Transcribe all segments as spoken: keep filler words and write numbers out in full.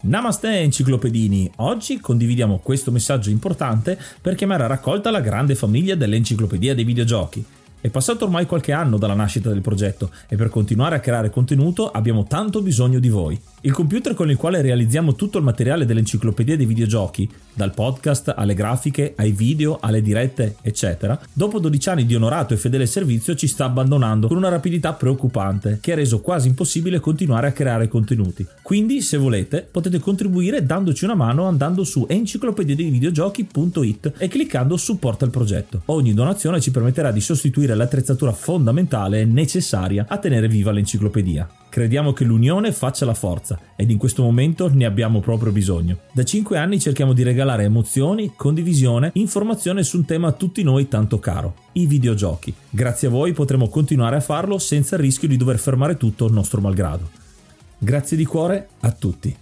Namaste enciclopedini, oggi condividiamo questo messaggio importante per chiamare a raccolta la grande famiglia dell'enciclopedia dei videogiochi. È passato ormai qualche anno dalla nascita del progetto e per continuare a creare contenuto abbiamo tanto bisogno di voi. Il computer con il quale realizziamo tutto il materiale dell'enciclopedia dei videogiochi, dal podcast alle grafiche, ai video, alle dirette, eccetera, dopo dodici anni di onorato e fedele servizio ci sta abbandonando con una rapidità preoccupante che ha reso quasi impossibile continuare a creare contenuti. Quindi, se volete, potete contribuire dandoci una mano andando su enciclopedia dei videogiochi punto it e cliccando supporta il progetto. Ogni donazione ci permetterà di sostituire l'attrezzatura fondamentale necessaria a tenere viva l'enciclopedia. Crediamo che l'unione faccia la forza ed in questo momento ne abbiamo proprio bisogno. Da cinque anni cerchiamo di regalare emozioni, condivisione, informazione su un tema a tutti noi tanto caro, i videogiochi. Grazie a voi potremo continuare a farlo senza il rischio di dover fermare tutto nostro malgrado. Grazie di cuore a tutti.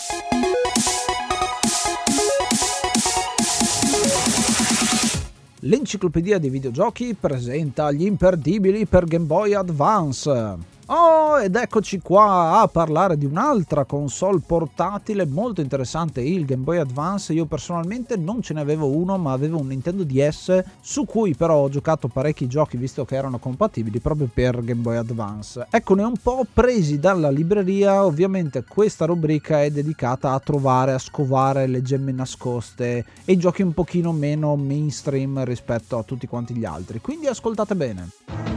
L'enciclopedia dei videogiochi presenta gli imperdibili per Game Boy Advance. Oh, ed eccoci qua a parlare di un'altra console portatile molto interessante, il Game Boy Advance. Io personalmente non ce ne avevo uno, ma avevo un Nintendo D S su cui però ho giocato parecchi giochi visto che erano compatibili proprio per Game Boy Advance. Eccone un po' presi dalla libreria. Ovviamente questa rubrica è dedicata a trovare, a scovare le gemme nascoste e i giochi un pochino meno mainstream rispetto a tutti quanti gli altri, quindi ascoltate bene.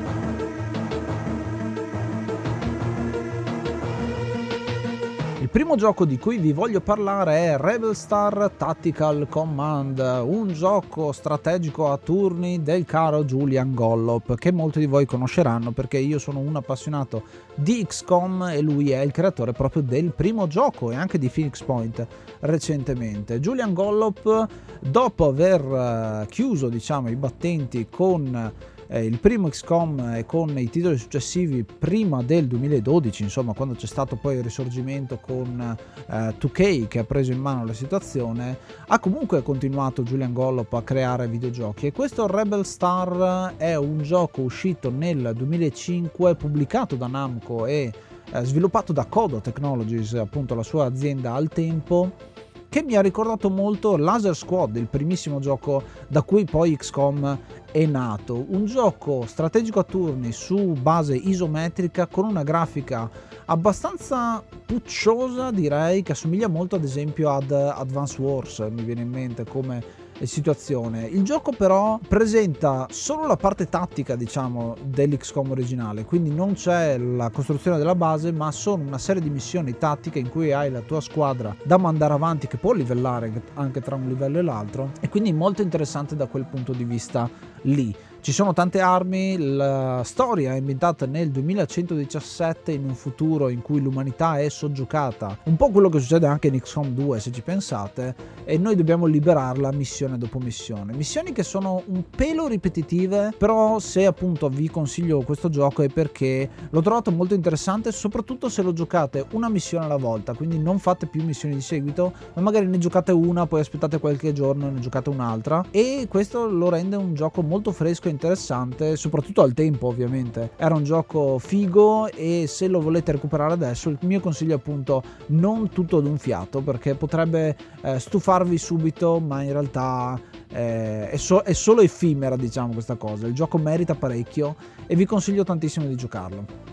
Il primo gioco di cui vi voglio parlare è Rebel Star Tactical Command, un gioco strategico a turni del caro Julian Gollop, che molti di voi conosceranno perché io sono un appassionato di X COM e lui è il creatore proprio del primo gioco e anche di Phoenix Point recentemente. Julian Gollop, dopo aver chiuso diciamo i battenti con Eh, il primo X COM e con i titoli successivi prima del duemiladodici, insomma quando c'è stato poi il risorgimento con eh, due K che ha preso in mano la situazione, ha comunque continuato Julian Gollop a creare videogiochi e questo Rebel Star è un gioco uscito nel duemilacinque, pubblicato da Namco e eh, sviluppato da Kodo Technologies, appunto la sua azienda al tempo, che mi ha ricordato molto Laser Squad, il primissimo gioco da cui poi X COM è nato. Un gioco strategico a turni su base isometrica con una grafica abbastanza pucciosa, direi, che assomiglia molto ad esempio ad Advance Wars, mi viene in mente come situazione. Il gioco però presenta solo la parte tattica diciamo dell'X COM originale, quindi non c'è la costruzione della base, ma sono una serie di missioni tattiche in cui hai la tua squadra da mandare avanti, che può livellare anche tra un livello e l'altro, e quindi molto interessante da quel punto di vista lì. Ci sono tante armi, la storia è ambientata nel duemilacentodiciassette, in un futuro in cui l'umanità è soggiocata, un po' quello che succede anche in X COM due se ci pensate, e noi dobbiamo liberarla missione dopo missione. Missioni che sono un pelo ripetitive, però se appunto vi consiglio questo gioco è perché l'ho trovato molto interessante, soprattutto se lo giocate una missione alla volta, quindi non fate più missioni di seguito, ma magari ne giocate una, poi aspettate qualche giorno e ne giocate un'altra, e questo lo rende un gioco molto fresco e interessante, soprattutto al tempo ovviamente. Era un gioco figo e se lo volete recuperare adesso il mio consiglio è appunto non tutto d'un fiato, perché potrebbe eh, stufarvi subito, ma in realtà eh, è, so- è solo effimera diciamo questa cosa. Il gioco merita parecchio e vi consiglio tantissimo di giocarlo.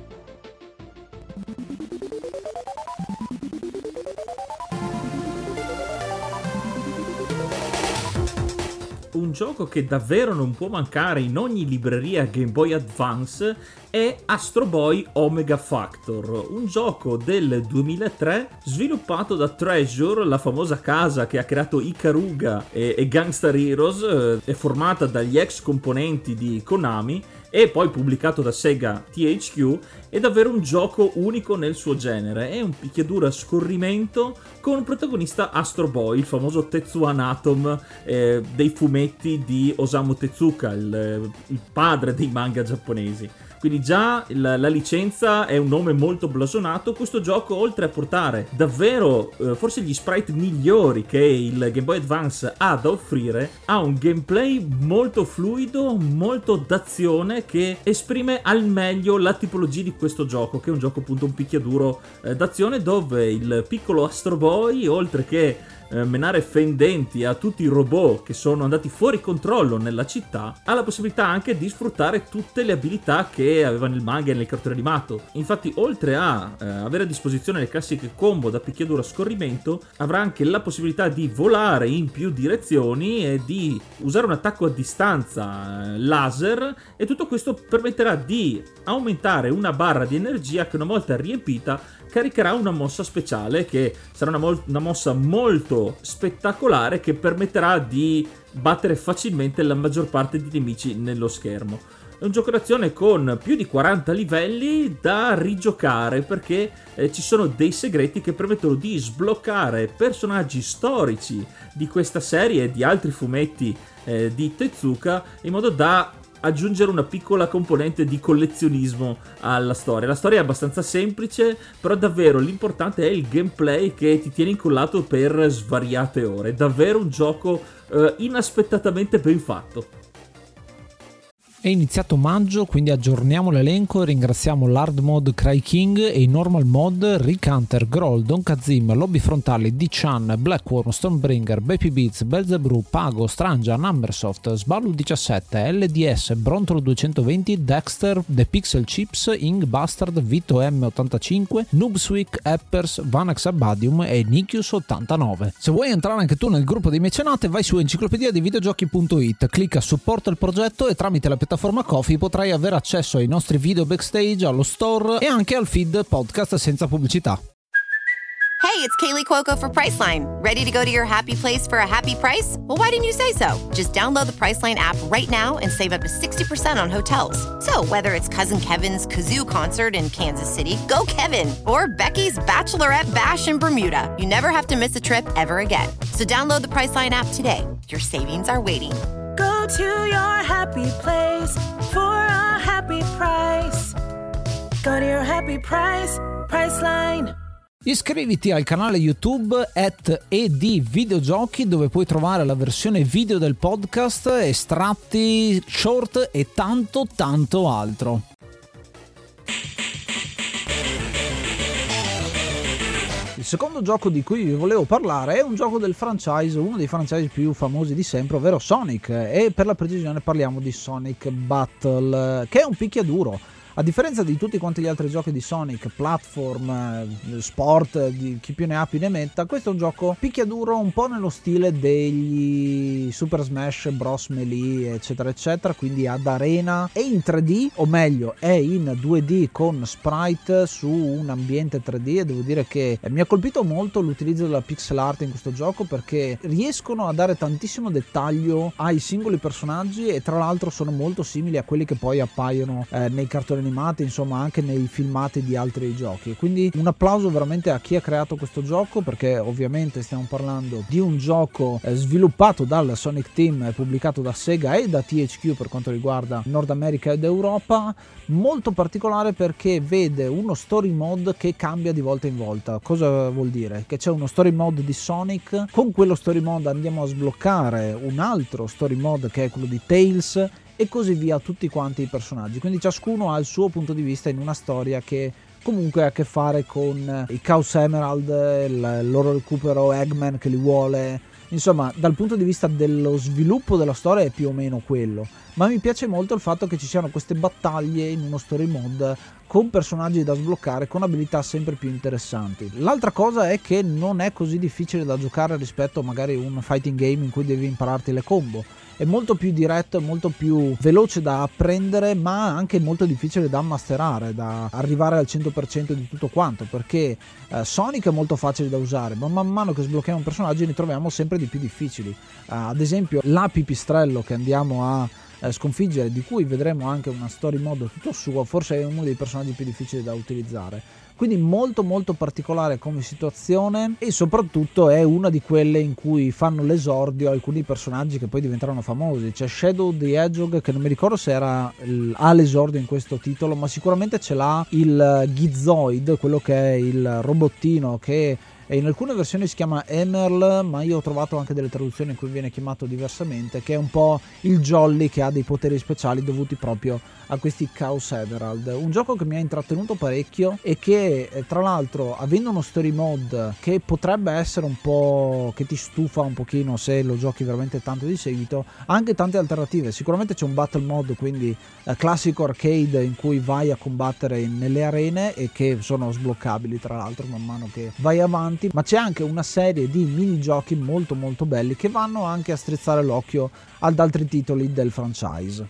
Un gioco che davvero non può mancare in ogni libreria Game Boy Advance è Astro Boy Omega Factor, un gioco del duemilatré sviluppato da Treasure, la famosa casa che ha creato Ikaruga e, e Gunstar Heroes, eh, è formata dagli ex componenti di Konami e poi pubblicato da Sega T H Q. È davvero un gioco unico nel suo genere, è un picchiaduro a scorrimento con protagonista Astro Boy, il famoso Tetsuan Atom eh, dei fumetti di Osamu Tezuka, il, il padre dei manga giapponesi. quindi già la, la licenza è un nome molto blasonato. Questo gioco, oltre a portare davvero eh, forse gli sprite migliori che il Game Boy Advance ha da offrire, ha un gameplay molto fluido, molto d'azione, che esprime al meglio la tipologia di questo gioco, che è un gioco appunto un picchiaduro eh, d'azione, dove il piccolo Astro Boy, oltre che eh, menare fendenti a tutti i robot che sono andati fuori controllo nella città, ha la possibilità anche di sfruttare tutte le abilità che aveva nel manga e nel cartone animato. Infatti, oltre a eh, avere a disposizione le classiche combo da picchiaduro a scorrimento, avrà anche la possibilità di volare in più direzioni e di usare un attacco a distanza eh, laser, e tutto questo permetterà di aumentare una barra di energia che, una volta riempita, caricherà una mossa speciale, che sarà una, mo- una mossa molto spettacolare, che permetterà di battere facilmente la maggior parte di nemici nello schermo. È un gioco d'azione con più di quaranta livelli da rigiocare, perché eh, ci sono dei segreti che permettono di sbloccare personaggi storici di questa serie e di altri fumetti eh, di Tezuka, in modo da aggiungere una piccola componente di collezionismo alla storia. La storia è abbastanza semplice, però davvero l'importante è il gameplay che ti tiene incollato per svariate ore. È davvero un gioco eh, inaspettatamente ben fatto. È iniziato maggio, quindi aggiorniamo l'elenco e ringraziamo l'hard mod Cry King e i normal mod Rick Hunter, Groll, Don Kazim, Lobby Frontali, D-Chan, Blackworm, Stormbringer, Baby Beats, Belzebrew, Pago, Strangia, Numbersoft, Sballu diciassette, L D S, Brontolo duecentoventi, Dexter, The Pixel Chips, Ing Bastard, Vito M ottantacinque, Noobswick, Eppers, Vanax Abadium e Nikius ottantanove. Se vuoi entrare anche tu nel gruppo dei mecenate, vai su enciclopedia dei videogiochi punto it, clicca supporta il progetto e tramite la piattaforma Ko-fi potrai avere accesso ai nostri video backstage, allo store e anche al feed podcast senza pubblicità. Hey, it's Kaylee Cuoco for Priceline. Ready to go to your happy place for a happy price? Well, why didn't you say so? Just download the Priceline app right now and save up to sixty percent on hotels. So whether it's Cousin Kevin's Kazoo Concert in Kansas City, go Kevin, or Becky's Bachelorette Bash in Bermuda, you never have to miss a trip ever again. So download the Priceline app today. Your savings are waiting. Go to your happy place for a happy price. Go to your happy price, Priceline. Iscriviti al canale YouTube at edvideogiochi, dove puoi trovare la versione video del podcast, estratti, short e tanto tanto altro. Il secondo gioco di cui vi volevo parlare è un gioco del franchise, uno dei franchise più famosi di sempre, ovvero Sonic, e per la precisione parliamo di Sonic Battle, che è un picchiaduro. A differenza di tutti quanti gli altri giochi di Sonic, platform, sport, di chi più ne ha più ne metta, questo è un gioco picchiaduro un po' nello stile degli Super Smash Bros. Melee, eccetera eccetera, quindi ad arena, è in tre D, o meglio è in due D con sprite su un ambiente tre D, e devo dire che mi ha colpito molto l'utilizzo della pixel art in questo gioco, perché riescono a dare tantissimo dettaglio ai singoli personaggi, e tra l'altro sono molto simili a quelli che poi appaiono eh, nei cartoni animati, insomma anche nei filmati di altri giochi. Quindi un applauso veramente a chi ha creato questo gioco, perché ovviamente stiamo parlando di un gioco eh, sviluppato dal Sonic Team, pubblicato da Sega e da T H Q per quanto riguarda Nord America ed Europa, molto particolare perché vede uno story mode che cambia di volta in volta. Cosa vuol dire? Che c'è uno story mode di Sonic, con quello story mode andiamo a sbloccare un altro story mode che è quello di Tails, e così via tutti quanti i personaggi, quindi ciascuno ha il suo punto di vista in una storia che comunque ha a che fare con i Chaos Emerald, il loro recupero, Eggman che li vuole, insomma dal punto di vista dello sviluppo della storia è più o meno quello, ma mi piace molto il fatto che ci siano queste battaglie in uno story mode con personaggi da sbloccare, con abilità sempre più interessanti. L'altra cosa è che non è così difficile da giocare rispetto a magari un fighting game in cui devi impararti le combo. È molto più diretto, è molto più veloce da apprendere, ma anche molto difficile da masterare, da arrivare al cento per cento di tutto quanto, perché eh, Sonic è molto facile da usare, ma man mano che sblocchiamo personaggi ne troviamo sempre di più difficili. Uh, ad esempio la pipistrello che andiamo a eh, sconfiggere, di cui vedremo anche una story mode tutto suo, forse è uno dei personaggi più difficili da utilizzare. quindi molto molto particolare come situazione, e soprattutto è una di quelle in cui fanno l'esordio alcuni personaggi che poi diventeranno famosi. C'è Shadow the Hedgehog, che non mi ricordo se era all'esordio in questo titolo, ma sicuramente ce l'ha il Gizoid, quello che è il robottino che in alcune versioni si chiama Emerl, ma io ho trovato anche delle traduzioni in cui viene chiamato diversamente, che è un po' il Jolly che ha dei poteri speciali dovuti proprio a questi Chaos Emerald. Un gioco che mi ha intrattenuto parecchio e che tra l'altro, avendo uno story mode che potrebbe essere un po' che ti stufa un pochino se lo giochi veramente tanto di seguito, ha anche tante alternative. Sicuramente c'è un battle mode, quindi eh, classico arcade, in cui vai a combattere nelle arene e che sono sbloccabili tra l'altro man mano che vai avanti, ma c'è anche una serie di minigiochi molto molto belli che vanno anche a strizzare l'occhio ad altri titoli del franchise.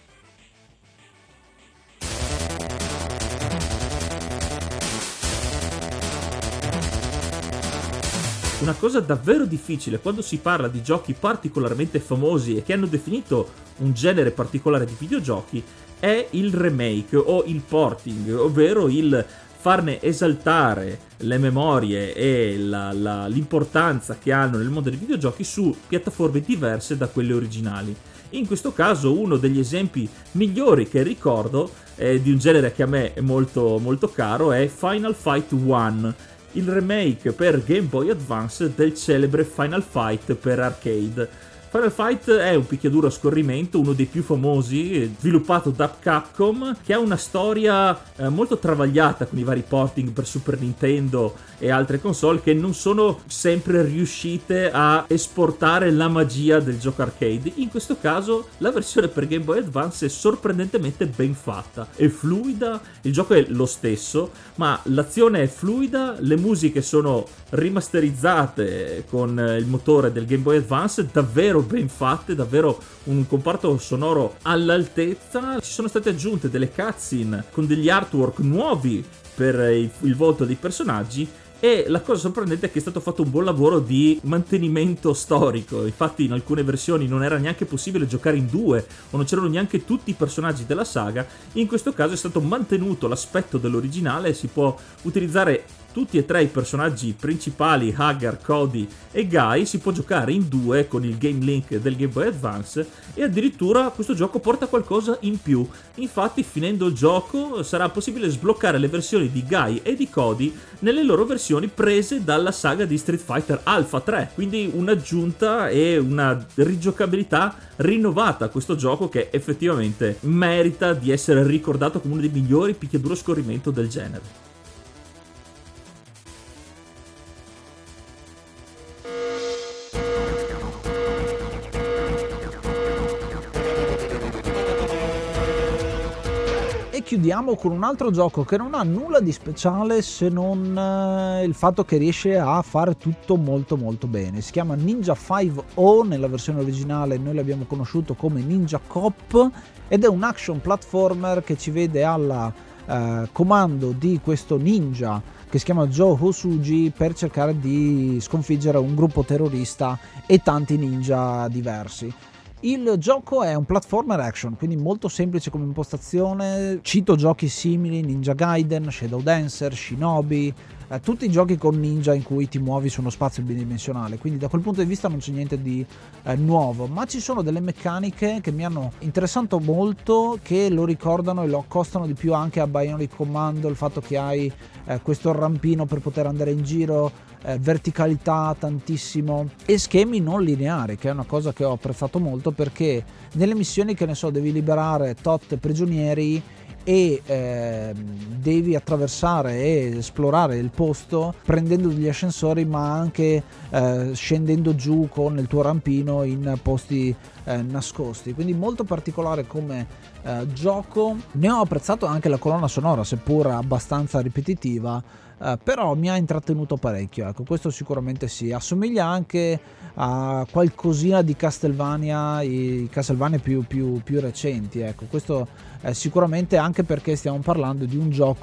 Una cosa davvero difficile quando si parla di giochi particolarmente famosi e che hanno definito un genere particolare di videogiochi è il remake o il porting, ovvero il farne esaltare le memorie e la, la, l'importanza che hanno nel mondo dei videogiochi su piattaforme diverse da quelle originali. In questo caso uno degli esempi migliori che ricordo eh, di un genere che a me è molto, molto caro è Final Fight uno, il remake per Game Boy Advance del celebre Final Fight per arcade. Final Fight è un picchiaduro a scorrimento, uno dei più famosi, sviluppato da Capcom, che ha una storia eh, molto travagliata con i vari porting per Super Nintendo e altre console che non sono sempre riuscite a esportare la magia del gioco arcade. In questo caso la versione per Game Boy Advance è sorprendentemente ben fatta, è fluida, il gioco è lo stesso, ma l'azione è fluida, le musiche sono rimasterizzate con il motore del Game Boy Advance, davvero ben fatte, davvero un comparto sonoro all'altezza. Ci sono state aggiunte delle cutscene con degli artwork nuovi per il, il volto dei personaggi, e la cosa sorprendente è che è stato fatto un buon lavoro di mantenimento storico. Infatti in alcune versioni non era neanche possibile giocare in due o non c'erano neanche tutti i personaggi della saga. In questo caso è stato mantenuto l'aspetto dell'originale, si può utilizzare tutti e tre i personaggi principali, Hagar, Cody e Guy, si può giocare in due con il Game Link del Game Boy Advance, e addirittura questo gioco porta qualcosa in più. Infatti finendo il gioco sarà possibile sbloccare le versioni di Guy e di Cody nelle loro versioni prese dalla saga di Street Fighter Alpha tre, quindi un'aggiunta e una rigiocabilità rinnovata a questo gioco che effettivamente merita di essere ricordato come uno dei migliori picchiaduro a scorrimento del genere. Chiudiamo con un altro gioco che non ha nulla di speciale se non eh, il fatto che riesce a fare tutto molto molto bene. Si chiama Ninja cinque O, nella versione originale noi l'abbiamo conosciuto come Ninja Cop, ed è un action platformer che ci vede alla eh, comando di questo ninja che si chiama Joe Hosuji per cercare di sconfiggere un gruppo terrorista e tanti ninja diversi. Il gioco è un platformer action, quindi molto semplice come impostazione. Cito giochi simili: Ninja Gaiden, Shadow Dancer, Shinobi, eh, tutti i giochi con ninja in cui ti muovi su uno spazio bidimensionale, quindi da quel punto di vista non c'è niente di eh, nuovo, ma ci sono delle meccaniche che mi hanno interessato molto, che lo ricordano e lo accostano di più anche a Bionic Commando, il fatto che hai eh, questo rampino per poter andare in giro, Eh, verticalità tantissimo e schemi non lineari, che è una cosa che ho apprezzato molto, perché nelle missioni, che ne so, devi liberare tot prigionieri e eh, devi attraversare e esplorare il posto prendendo degli ascensori, ma anche eh, scendendo giù con il tuo rampino in posti eh, nascosti, quindi molto particolare come eh, gioco. Ne ho apprezzato anche la colonna sonora, seppur abbastanza ripetitiva. Uh, però mi ha intrattenuto parecchio, ecco, questo sicuramente sì. Assomiglia anche a qualcosina di Castlevania, i Castlevania più, più, più recenti, ecco, questo è sicuramente, anche perché stiamo parlando di un gioco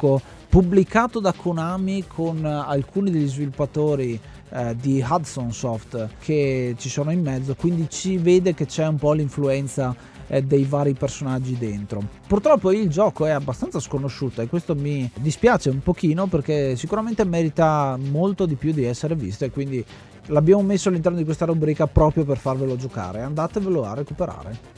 pubblicato da Konami con alcuni degli sviluppatori eh, di Hudson Soft che ci sono in mezzo, quindi ci vede che c'è un po' l'influenza eh, dei vari personaggi dentro. Purtroppo il gioco è abbastanza sconosciuto e questo mi dispiace un pochino, perché sicuramente merita molto di più di essere visto, e quindi l'abbiamo messo all'interno di questa rubrica proprio per farvelo giocare. Andatevelo a recuperare.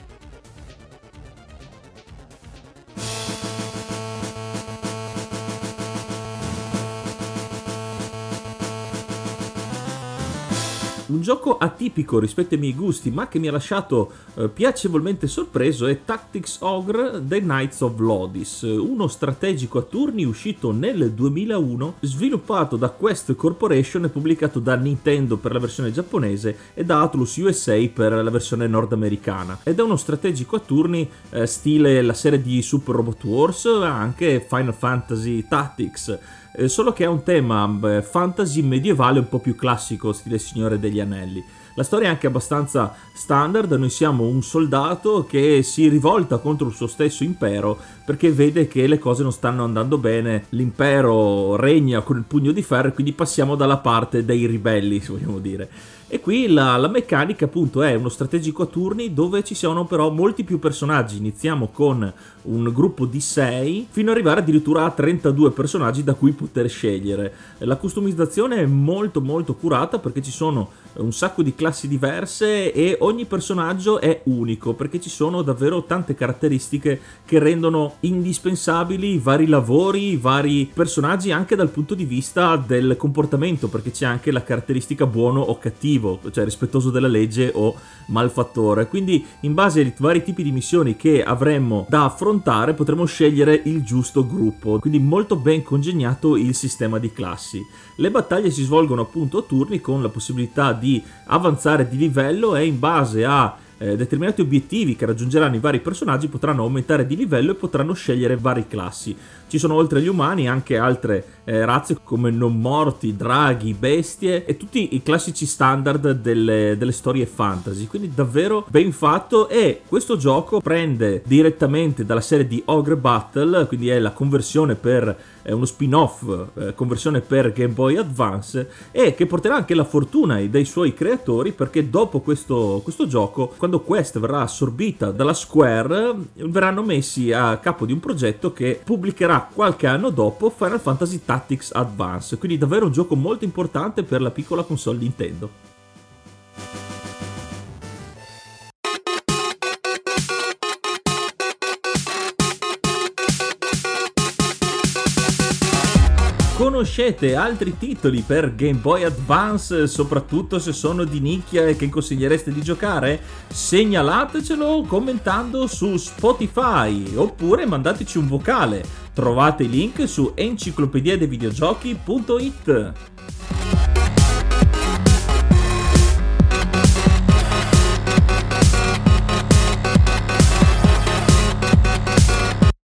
Un gioco atipico rispetto ai miei gusti, ma che mi ha lasciato eh, piacevolmente sorpreso, è Tactics Ogre The Knights of Lodis, uno strategico a turni uscito nel duemilauno, sviluppato da Quest Corporation e pubblicato da Nintendo per la versione giapponese e da Atlus U S A per la versione nordamericana. Ed è uno strategico a turni eh, stile la serie di Super Robot Wars, anche Final Fantasy Tactics, Eh, solo che ha un tema beh, fantasy medievale un po' più classico, stile Signore degli Anelli. La storia è anche abbastanza standard. Noi siamo un soldato che si rivolta contro il suo stesso impero perché vede che le cose non stanno andando bene, l'impero regna con il pugno di ferro e quindi passiamo dalla parte dei ribelli, se vogliamo dire. E qui la, la meccanica appunto è uno strategico a turni dove ci sono però molti più personaggi. Iniziamo con un gruppo di sei fino ad arrivare addirittura a trentadue personaggi da cui poter scegliere. La customizzazione è molto molto curata perché ci sono un sacco di classi diverse e ogni personaggio è unico, perché ci sono davvero tante caratteristiche che rendono indispensabili i vari lavori, i vari personaggi anche dal punto di vista del comportamento, perché c'è anche la caratteristica buono o cattivo, cioè rispettoso della legge o malfattore. Quindi in base ai vari tipi di missioni che avremmo da affrontare potremo scegliere il giusto gruppo, quindi molto ben congegnato il sistema di classi. Le battaglie si svolgono appunto a turni con la possibilità di avanzare di livello e in base a Eh, determinati obiettivi che raggiungeranno i vari personaggi potranno aumentare di livello e potranno scegliere varie classi. Ci sono oltre agli umani anche altre eh, razze come non morti, draghi, bestie e tutti i classici standard delle, delle storie fantasy, quindi davvero ben fatto. E questo gioco prende direttamente dalla serie di Ogre Battle, quindi è la conversione per eh, uno spin-off, eh, conversione per Game Boy Advance, e che porterà anche la fortuna dei suoi creatori, perché dopo questo, questo gioco, quando Quest verrà assorbita dalla Square, verranno messi a capo di un progetto che pubblicherà qualche anno dopo Final Fantasy Tactics Advance, quindi davvero un gioco molto importante per la piccola console Nintendo. Conoscete altri titoli per Game Boy Advance, soprattutto se sono di nicchia e che consigliereste di giocare? Segnalatecelo commentando su Spotify oppure mandateci un vocale. Trovate i link su enciclopedia dei videogiochi punto it.